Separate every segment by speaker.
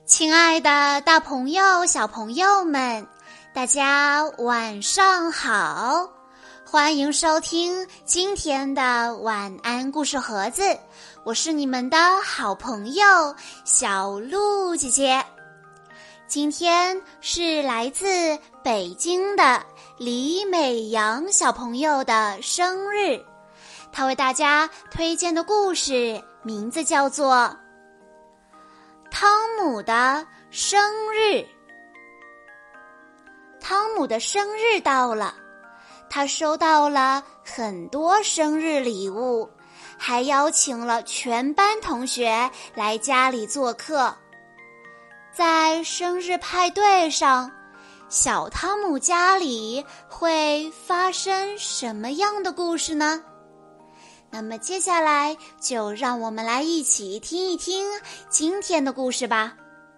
Speaker 1: 亲爱的大朋友、小朋友们，大家晚上好！欢迎收听今天的晚安故事盒子，我是你们的好朋友小鹿姐姐。今天是来自北京的李美阳小朋友的生日，他为大家推荐的故事名字叫做汤姆的生日。汤姆的生日到了，他收到了很多生日礼物，还邀请了全班同学来家里做客。在生日派对上，小汤姆家里会发生什么样的故事呢？那么接下来就让我们来一起听一听今天的故事吧。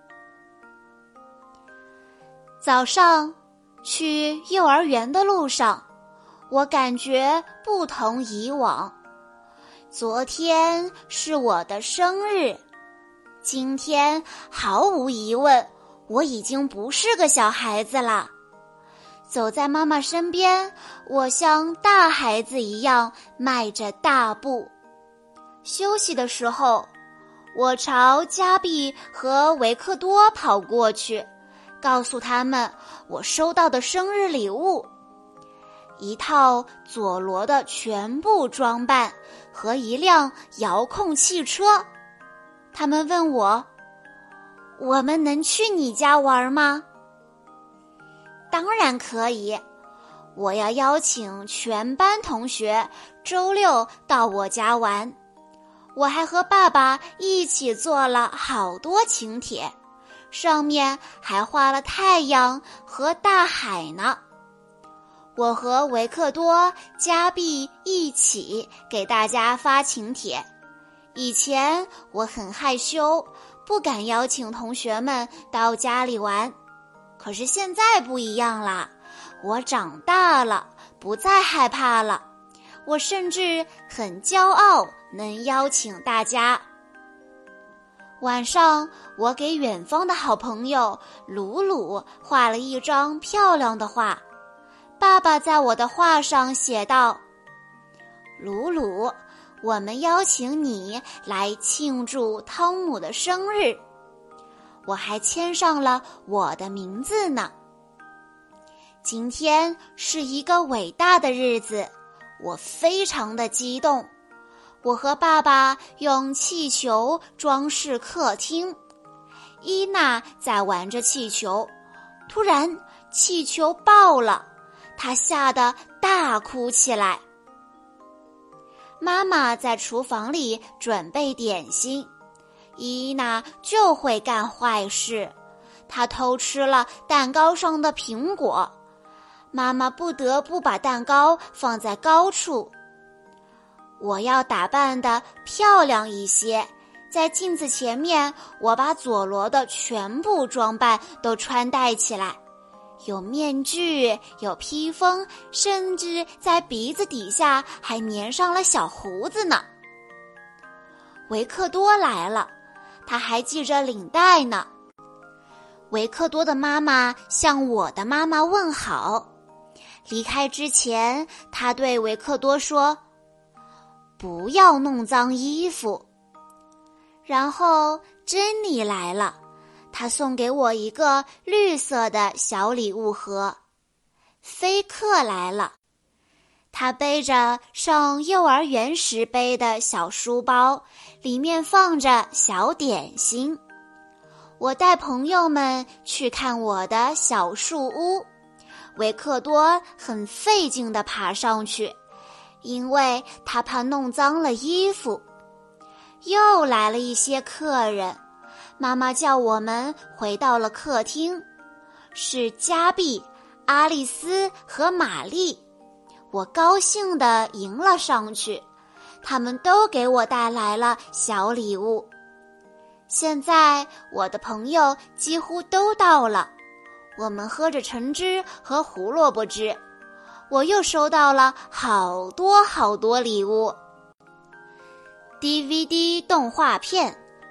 Speaker 1: 早上去幼儿园的路上，我感觉不同以往。昨天是我的生日，今天毫无疑问，我已经不是个小孩子了。走在妈妈身边，我像大孩子一样迈着大步。休息的时候，我朝加比和维克多跑过去，告诉他们我收到的生日礼物：一套佐罗的全部装扮和一辆遥控汽车。他们问我们能去你家玩吗？当然可以，我要邀请全班同学周六到我家玩。我还和爸爸一起做了好多请帖，上面还画了太阳和大海呢。我和维克多、加比一起给大家发请帖。以前我很害羞，不敢邀请同学们到家里玩。可是现在不一样啦，我长大了，不再害怕了。我甚至很骄傲能邀请大家。晚上，我给远方的好朋友鲁鲁画了一张漂亮的画。爸爸在我的画上写道：鲁鲁，我们邀请你来庆祝汤姆的生日。我还签上了我的名字呢。今天是一个伟大的日子，我非常的激动。我和爸爸用气球装饰客厅。伊娜在玩着气球，突然气球爆了，她吓得大哭起来。妈妈在厨房里准备点心，伊娜就会干坏事，她偷吃了蛋糕上的苹果，妈妈不得不把蛋糕放在高处。我要打扮得漂亮一些，在镜子前面，我把佐罗的全部装扮都穿戴起来，有面具，有披风，甚至在鼻子底下还粘上了小胡子呢。维克多来了，他还系着领带呢。维克多的妈妈向我的妈妈问好。离开之前，他对维克多说：不要弄脏衣服。然后珍妮来了，她送给我一个绿色的小礼物盒。菲克来了，他背着上幼儿园时背的小书包，里面放着小点心。我带朋友们去看我的小树屋，维克多很费劲地爬上去，因为他怕弄脏了衣服。又来了一些客人，妈妈叫我们回到了客厅，是加比、阿丽丝和玛丽。我高兴地迎了上去，他们都给我带来了小礼物。现在我的朋友几乎都到了，我们喝着橙汁和胡萝卜汁。我又收到了好多好多礼物。DVD 动画片、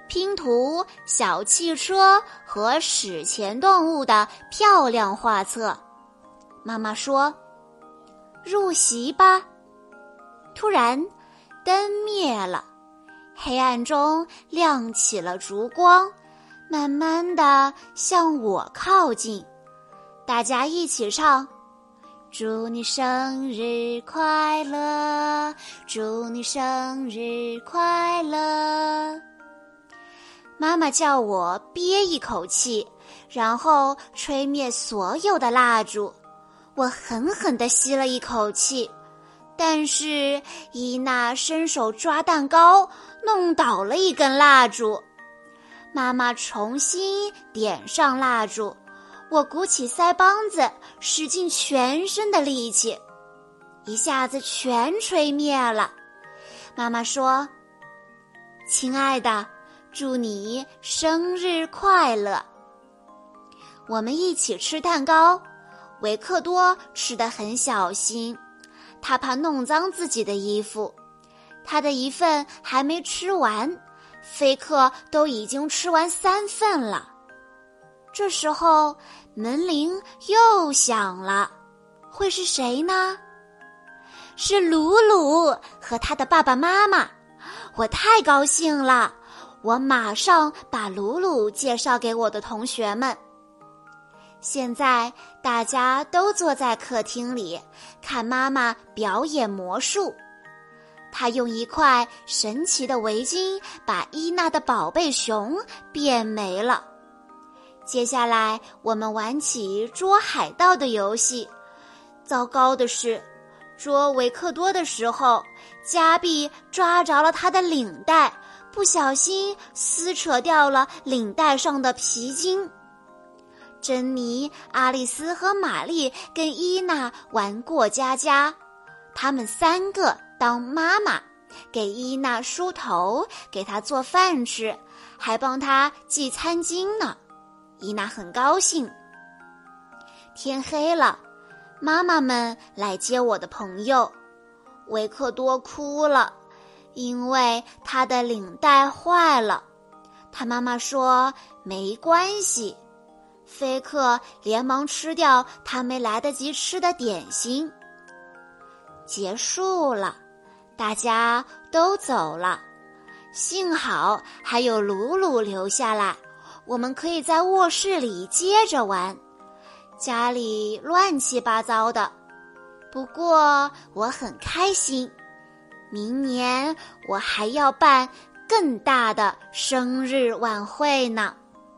Speaker 1: 拼图、小汽车和史前动物的漂亮画册。妈妈说：“入席吧。”突然，灯灭了，黑暗中亮起了烛光，慢慢地向我靠近。大家一起唱：祝你生日快乐，祝你生日快乐。妈妈叫我憋一口气，然后吹灭所有的蜡烛。我狠狠地吸了一口气，但是伊娜伸手抓蛋糕，弄倒了一根蜡烛。妈妈重新点上蜡烛，我鼓起腮帮子，使尽全身的力气，一下子全吹灭了。妈妈说：“亲爱的，祝你生日快乐。”我们一起吃蛋糕，维克多吃得很小心，他怕弄脏自己的衣服。他的一份还没吃完，菲克都已经吃完3份了。这时候门铃又响了，会是谁呢？是鲁鲁和他的爸爸妈妈。我太高兴了，我马上把鲁鲁介绍给我的同学们。现在大家都坐在客厅里，看妈妈表演魔术。她用一块神奇的围巾把伊娜的宝贝熊变没了。接下来我们玩起捉海盗的游戏。糟糕的是，捉维克多的时候，加碧抓着了他的领带，不小心撕扯掉了领带上的皮筋。珍妮、阿丽丝和玛丽跟伊娜玩过家家，他们3个当妈妈，给伊娜梳头，给她做饭吃，还帮她系餐巾呢。伊娜很高兴。天黑了，妈妈们来接我的朋友。维克多哭了，因为他的领带坏了。他妈妈说没关系。菲克连忙吃掉他没来得及吃的点心。结束了，大家都走了，幸好还有鲁鲁留下来，我们可以在卧室里接着玩。家里乱七八糟的，不过我很开心。明年我还要办更大的生日晚会呢。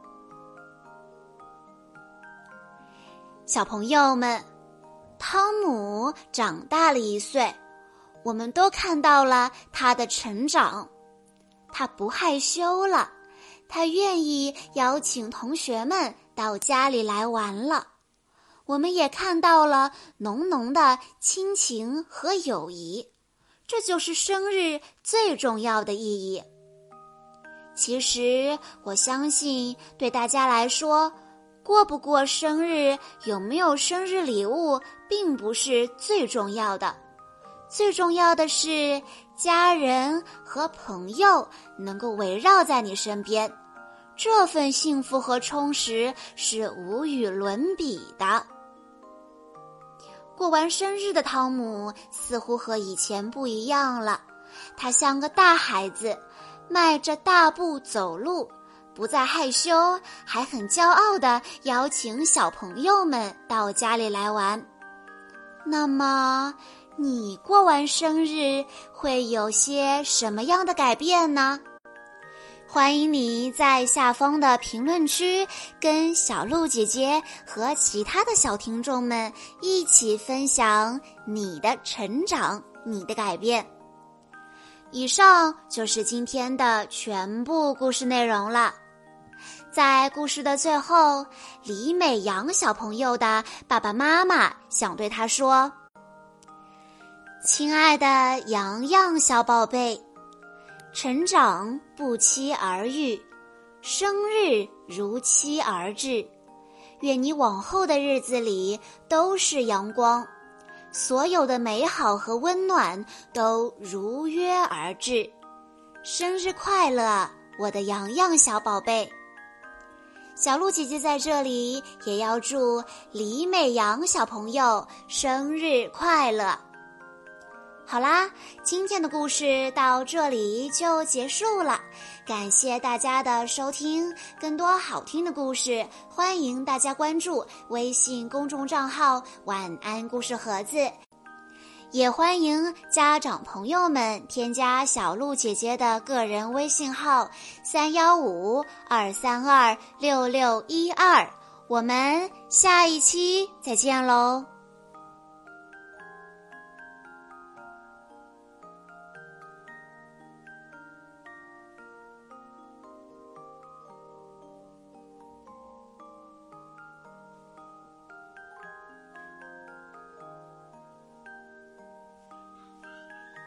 Speaker 1: 小朋友们，汤姆长大了1岁，我们都看到了他的成长。他不害羞了，他愿意邀请同学们到家里来玩了。我们也看到了浓浓的亲情和友谊，这就是生日最重要的意义。其实我相信，对大家来说，过不过生日，有没有生日礼物，并不是最重要的。最重要的是，家人和朋友能够围绕在你身边，这份幸福和充实是无与伦比的。过完生日的汤姆似乎和以前不一样了，他像个大孩子，迈着大步走路，不再害羞，还很骄傲地邀请小朋友们到家里来玩。那么，你过完生日会有些什么样的改变呢？欢迎你在下方的评论区跟小鹿姐姐和其他的小听众们一起分享你的成长，你的改变。以上就是今天的全部故事内容了。在故事的最后，李美阳小朋友的爸爸妈妈想对他说：亲爱的洋洋小宝贝，成长不期而遇，生日如期而至，愿你往后的日子里都是阳光，所有的美好和温暖都如约而至。生日快乐， 我的洋洋小宝贝。小鹿姐姐在这里也要祝李美阳小朋友生日快乐。好啦，今天的故事到这里就结束了，感谢大家的收听。更多好听的故事，欢迎大家关注微信公众账号晚安故事盒子，也欢迎家长朋友们添加小鹿姐姐的个人微信号315-232-6612，我们下一期再见喽。